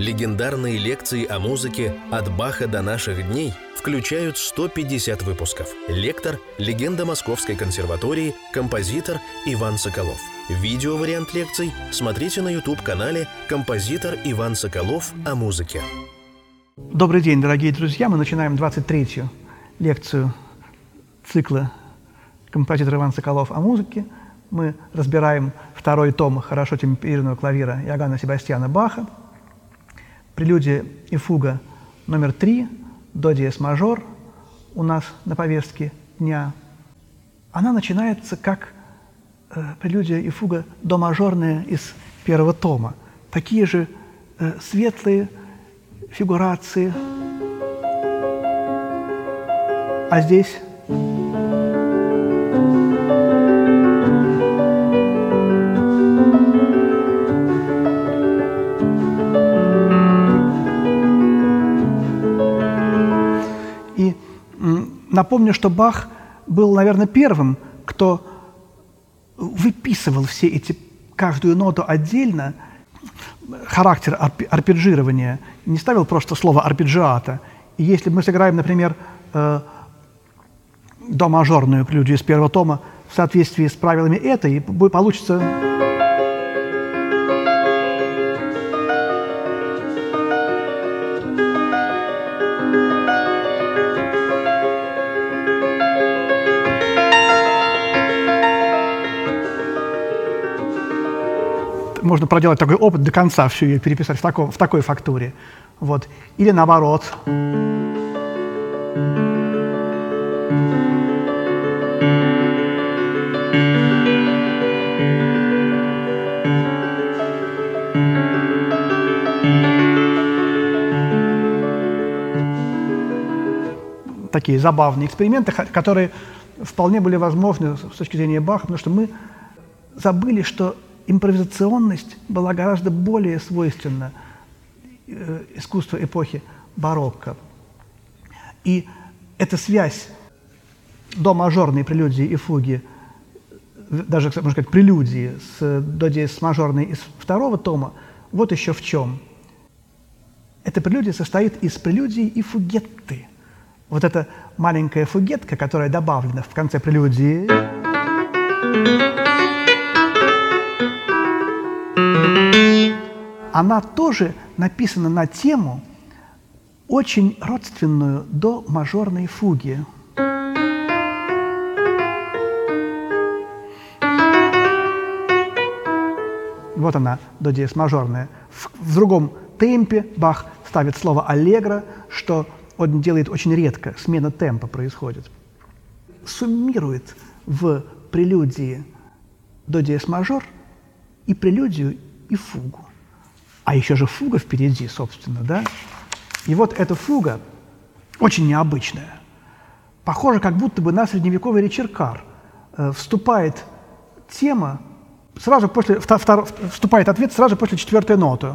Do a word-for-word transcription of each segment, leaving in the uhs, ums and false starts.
Легендарные лекции о музыке «От Баха до наших дней» включают сто пятьдесят выпусков. Лектор – легенда Московской консерватории, композитор Иван Соколов. Видеовариант лекций смотрите на YouTube-канале «Композитор Иван Соколов о музыке». Добрый день, дорогие друзья! Мы начинаем двадцать третью лекцию цикла «Композитор Иван Соколов о музыке». Мы разбираем второй том хорошо темперированного клавира Иоганна Себастьяна Баха. Прелюдия и фуга номер три, до диез мажор, у нас на повестке дня. Она начинается как э, прелюдия и фуга до мажорная из первого тома. Такие же э, светлые фигурации. А здесь и напомню, что Бах был, наверное, первым, кто выписывал все эти, каждую ноту отдельно, характер арпеджирования, не ставил просто слово арпеджиата. И если мы сыграем, например, э, до мажорную прелюдию из первого тома в соответствии с правилами этой, получится... Можно проделать такой опыт до конца, всю ее переписать в, таком, в такой фактуре. Вот. Или наоборот. Такие забавные эксперименты, которые вполне были возможны с точки зрения Баха, потому что мы забыли, что импровизационность была гораздо более свойственна э, искусству эпохи барокко. И эта связь до мажорной прелюдии и фуги, даже, можно сказать, прелюдии с до диез мажорной из второго тома, вот еще в чем. Эта прелюдия состоит из прелюдии и фугетты. Вот эта маленькая фугетка, которая добавлена в конце прелюдии, она тоже написана на тему, очень родственную до мажорной фуги. Вот она, до диез мажорная. В, в другом темпе Бах ставит слово «аллегро», что он делает очень редко, смена темпа происходит. Суммирует в прелюдии до диез мажор и прелюдию, и фугу. А еще же фуга впереди, собственно, да? И вот эта фуга очень необычная. Похоже, как будто бы на средневековый речеркар. Э, вступает тема, сразу после, втор, втор, вступает ответ сразу после четвертой ноты.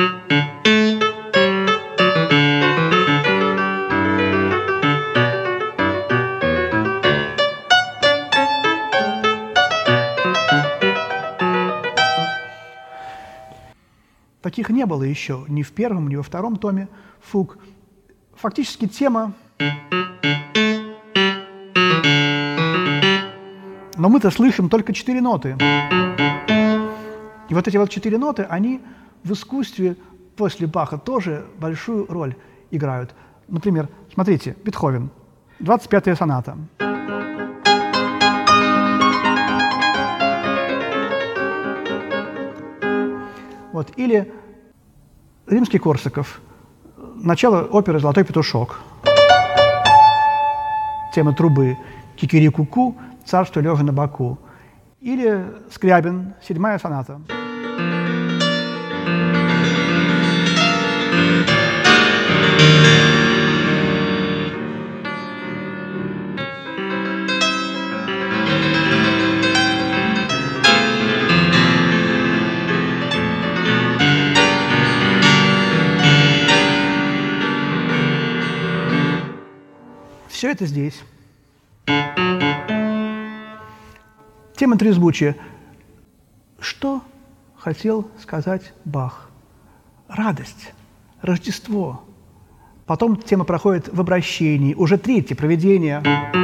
Таких не было еще ни в первом, ни во втором томе фуг. Фактически тема... Но мы-то слышим только четыре ноты. И вот эти вот четыре ноты, они в искусстве после Баха тоже большую роль играют. Например, смотрите, Бетховен, двадцать пятая соната. Вот. Или Римский-Корсаков, начало оперы «Золотой петушок». Тема трубы «Кикири-ку-ку», «Царство лежа на боку». Или Скрябин, седьмая соната. Все это здесь. Тема трезвучия. Что хотел сказать Бах? Радость. Рождество. Потом тема проходит в обращении. Уже третье проведение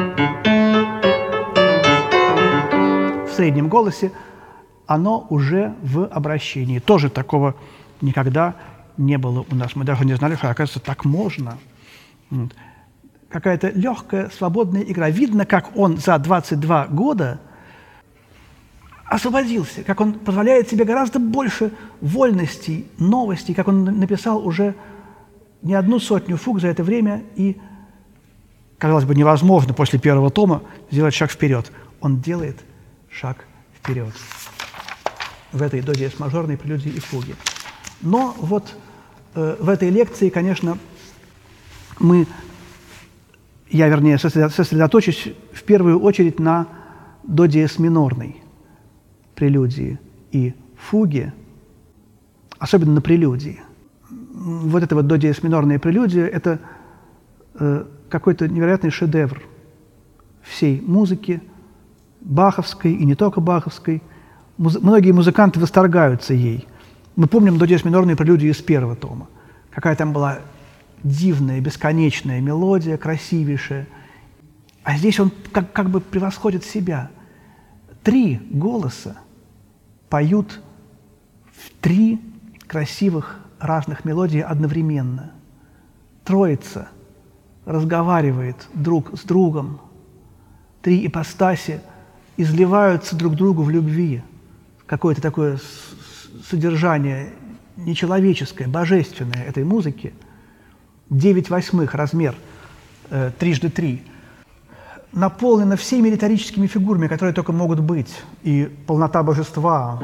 в среднем голосе, оно уже в обращении. Тоже такого никогда не было у нас. Мы даже не знали, что, оказывается, так можно. Какая-то легкая, свободная игра. Видно, как он за двадцать два года освободился, как он позволяет себе гораздо больше вольностей, новостей, как он написал уже не одну сотню фуг за это время, и, казалось бы, невозможно после первого тома сделать шаг вперед. Он делает шаг вперед в этой до диез мажорной прелюдии и фуге. Но вот э, в этой лекции, конечно, мы, я, вернее, сосредоточусь в первую очередь на до диез минорной прелюдии и фуге, особенно на прелюдии. Вот эта вот до диез минорная прелюдия – это э, какой-то невероятный шедевр всей музыки, баховской и не только баховской. Муз- многие музыканты восторгаются ей. Мы помним до диез минорную прелюдию из первого тома. Какая там была дивная, бесконечная мелодия, красивейшая. А здесь он как, как бы превосходит себя. Три голоса поют в три красивых разных мелодии одновременно. Троица разговаривает друг с другом. Три ипостаси изливаются друг другу в любви. Какое-то такое содержание нечеловеческое, божественное этой музыки. Девять восьмых размер, э, трижды три. Наполнена всеми риторическими фигурами, которые только могут быть. И полнота божества,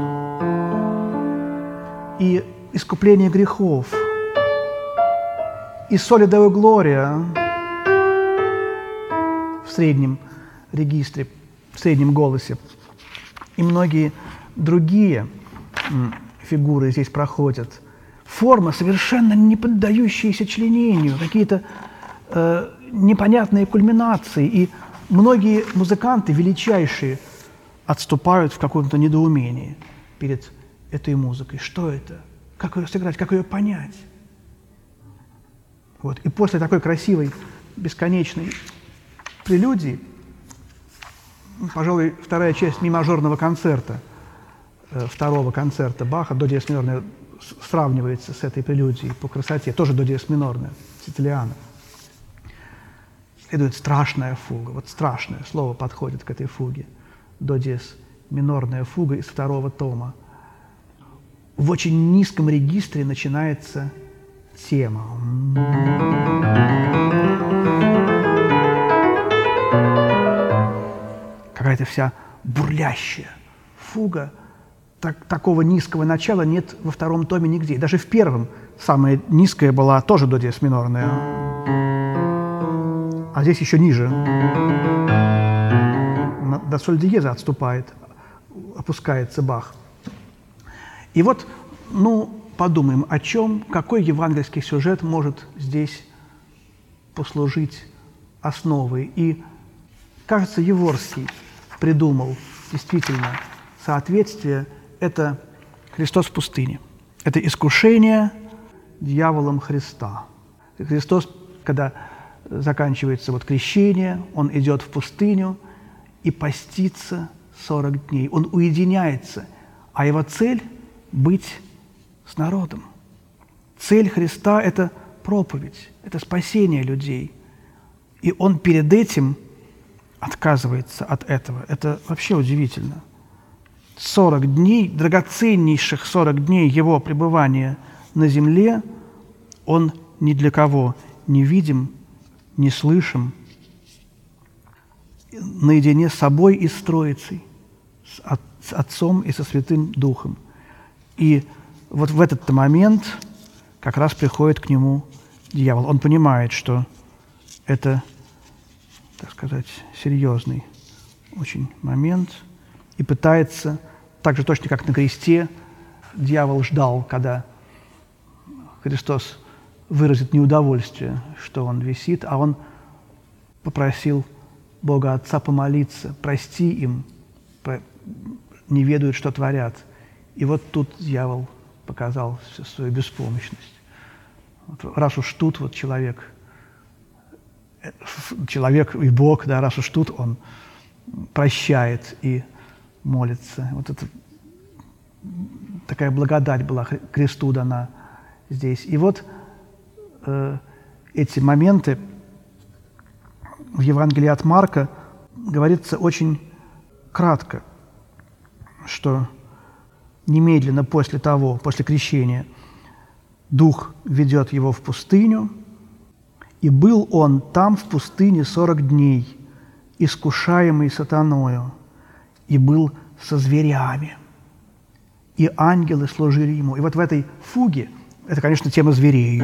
и искупление грехов, и соли део глория в среднем регистре, в среднем голосе, и многие другие фигуры здесь проходят. Форма, совершенно не поддающаяся членению, какие-то э, непонятные кульминации, и многие музыканты, величайшие, отступают в каком-то недоумении перед этой музыкой. Что это? Как ее сыграть? Как ее понять? Вот. И после такой красивой, бесконечной прелюдии, пожалуй, вторая часть ми-мажорного концерта, э, второго концерта Баха, до диез минорная, сравнивается с этой прелюдией по красоте, тоже до диез минорная, Цитилиана. Следует страшная фуга. Вот страшное слово подходит к этой фуге. До диез минорная фуга из второго тома. В очень низком регистре начинается тема. Какая-то вся бурлящая фуга. Так, такого низкого начала нет во втором томе нигде. Даже в первом самая низкая была тоже до диез минорная. А здесь еще ниже. До соль диеза отступает, опускается Бах. И вот, ну, подумаем, о чем, какой евангельский сюжет может здесь послужить основой. И, кажется, Яворский придумал действительно соответствие. Это Христос в пустыне. Это искушение дьяволом Христа. Христос, когда заканчивается вот крещение, он идет в пустыню и постится сорок дней. Он уединяется, а его цель – быть с народом. Цель Христа – это проповедь, это спасение людей. И он перед этим отказывается от этого. Это вообще удивительно. сорок дней, драгоценнейших сорок дней его пребывания на земле, он ни для кого не видим, не слышим, наедине с собой и с Троицей, с, от, с Отцом и со Святым Духом. И вот в этот момент как раз приходит к нему дьявол. Он понимает, что это, так сказать, серьезный очень момент, и пытается, так же точно как на кресте, дьявол ждал, когда Христос выразит неудовольствие, что он висит, а он попросил Бога Отца помолиться, прости им, не ведают, что творят. И вот тут дьявол показал всю свою беспомощность. Вот раз уж тут вот человек, человек и Бог, да, раз уж тут он прощает и молится. Вот это такая благодать была кресту дана здесь. И вот э, эти моменты в Евангелии от Марка говорится очень кратко, что немедленно после того, после крещения, Дух ведет его в пустыню, и был он там в пустыне сорок дней, искушаемый сатаною, и был со зверями, и ангелы служили ему. И вот в этой фуге, это, конечно, тема зверей,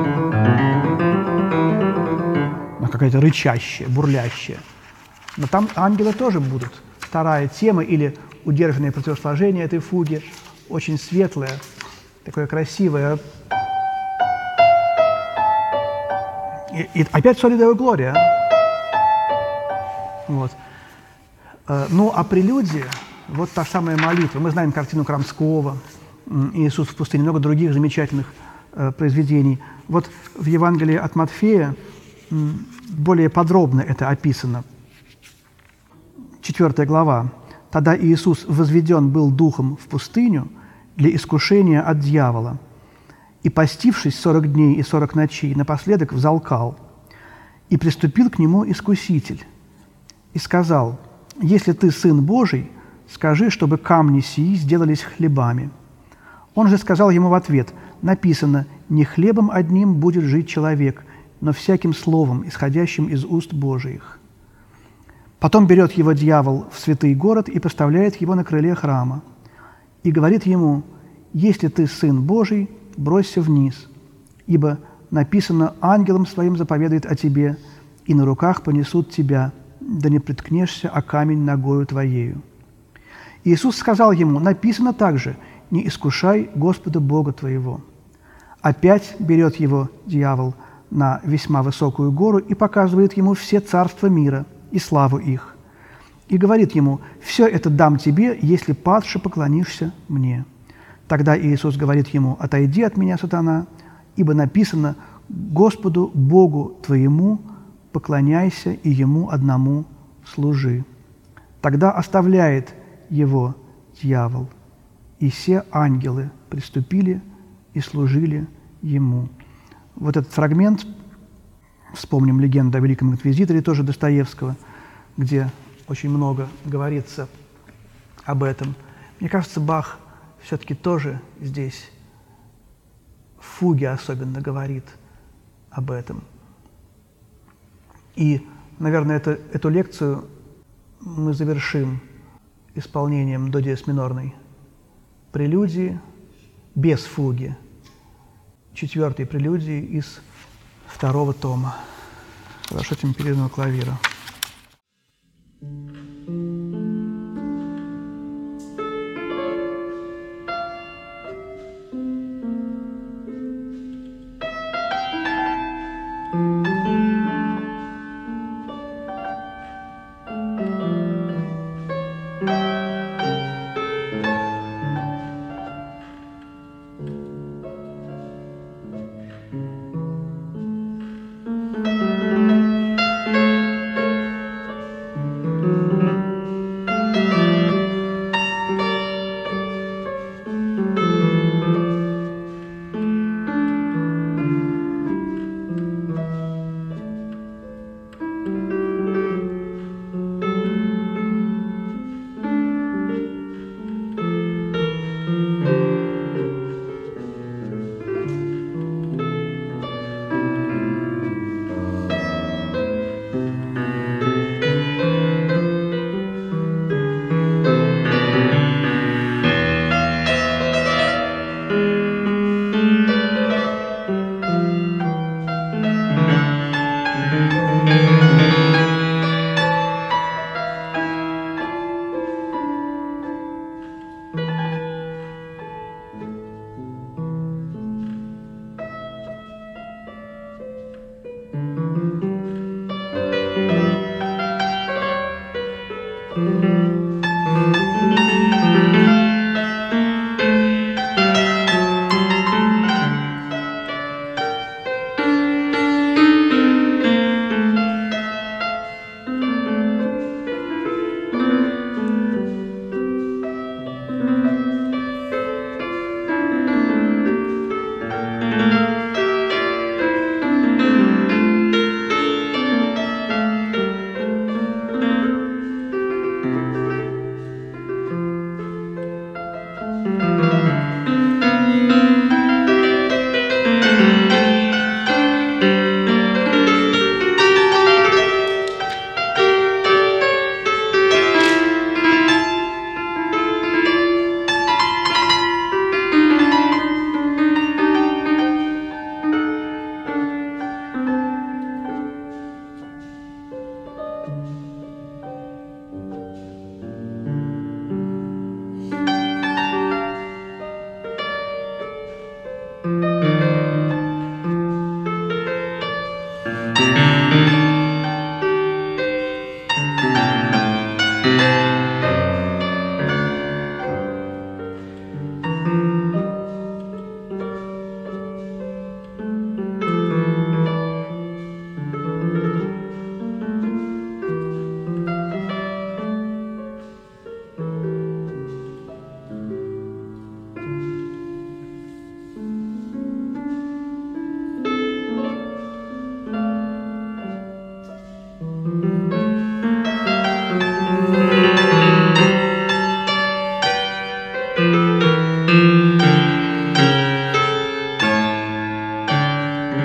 она какая-то рычащая, бурлящая, но там ангелы тоже будут. Вторая тема, или удержанное противосложение этой фуги, очень светлое, такое красивое. И, и опять солидовая глория. Вот. Ну, а прелюдия, вот та самая молитва. Мы знаем картину Крамского, «Иисус в пустыне», много других замечательных э, произведений. Вот в Евангелии от Матфея м, более подробно это описано. Четвертая глава. «Тогда Иисус возведен был духом в пустыню для искушения от дьявола, и, постившись сорок дней и сорок ночей, напоследок взалкал, и приступил к нему искуситель, и сказал: „Если ты Сын Божий, скажи, чтобы камни сии сделались хлебами“. Он же сказал ему в ответ: „Написано: не хлебом одним будет жить человек, но всяким словом, исходящим из уст Божиих“. Потом берет его дьявол в святый город и поставляет его на крыле храма, и говорит ему: „Если ты Сын Божий, бросься вниз, ибо написано: ангелом своим заповедует о тебе, и на руках понесут тебя, да не приткнешься о камень ногою твоею“. Иисус сказал ему: „Написано также: не искушай Господа Бога твоего“. Опять берет его дьявол на весьма высокую гору и показывает ему все царства мира и славу их, и говорит ему: „Все это дам тебе, если падше поклонишься мне“. Тогда Иисус говорит ему: „Отойди от меня, сатана, ибо написано: Господу Богу твоему поклоняйся и Ему одному служи“. Тогда оставляет его дьявол, и все ангелы приступили и служили ему. Вот этот фрагмент, вспомним легенду о Великом Инквизиторе, тоже Достоевского, где очень много говорится об этом. Мне кажется, Бах все-таки тоже здесь, в фуге особенно, говорит об этом. И, наверное, это, эту лекцию мы завершим исполнением до диез минорной прелюдии без фуги, четвертой прелюдии из второго тома. Хорошо темперированного клавира.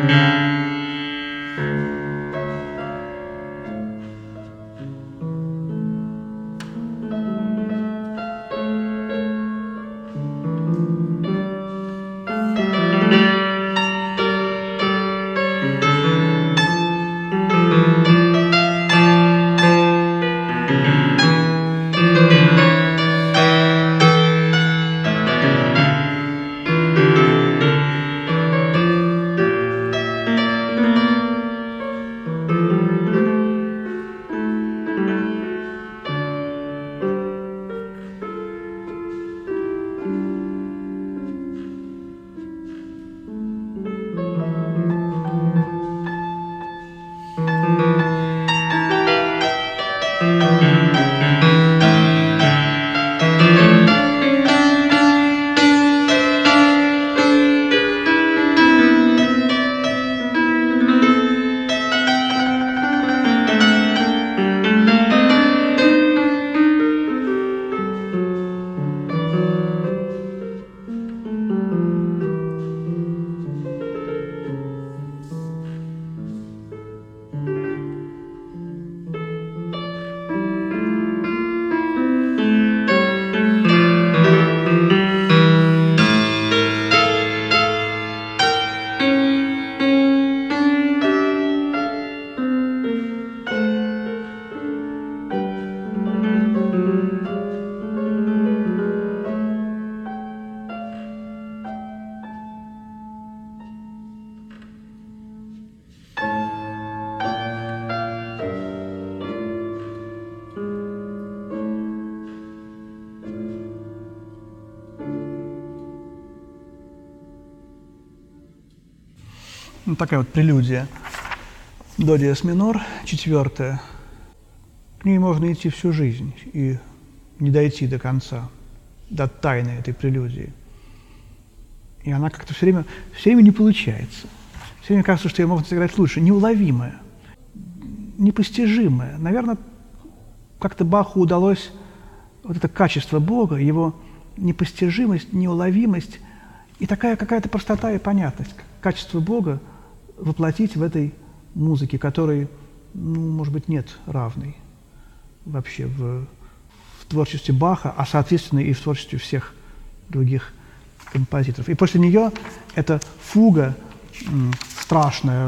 Ну, такая вот прелюдия. До диез минор, четвертая. К ней можно идти всю жизнь и не дойти до конца, до тайны этой прелюдии. И она как-то все время, все время не получается. Все время кажется, что ее можно сыграть лучше. Неуловимая, непостижимая. Наверное, как-то Баху удалось вот это качество Бога, его непостижимость, неуловимость и такая какая-то простота и понятность. Качество Бога воплотить в этой музыке, которой, ну, может быть, нет равной вообще в, в творчестве Баха, а, соответственно, и в творчестве всех других композиторов. И после нее эта фуга м, страшная,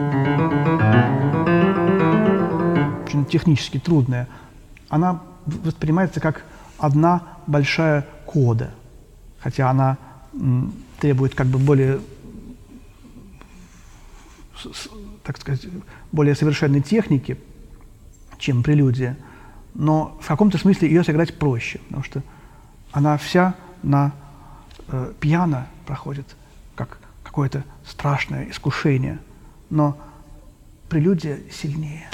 очень технически трудная, она воспринимается как одна большая кода, хотя она м, требует как бы более, с, так сказать, более совершенной техники, чем прелюдия, но в каком-то смысле ее сыграть проще, потому что она вся на э, пиано проходит как какое-то страшное искушение, но прелюдия сильнее.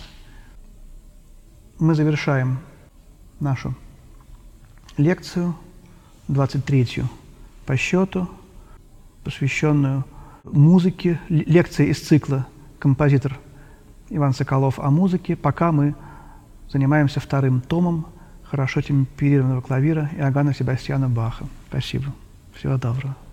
Мы завершаем нашу лекцию, двадцать третью по счету, посвященную музыке, лекции из цикла «Композитор Иван Соколов о музыке», пока мы занимаемся вторым томом хорошо темперированного клавира Иоганна Себастьяна Баха. Спасибо. Всего доброго.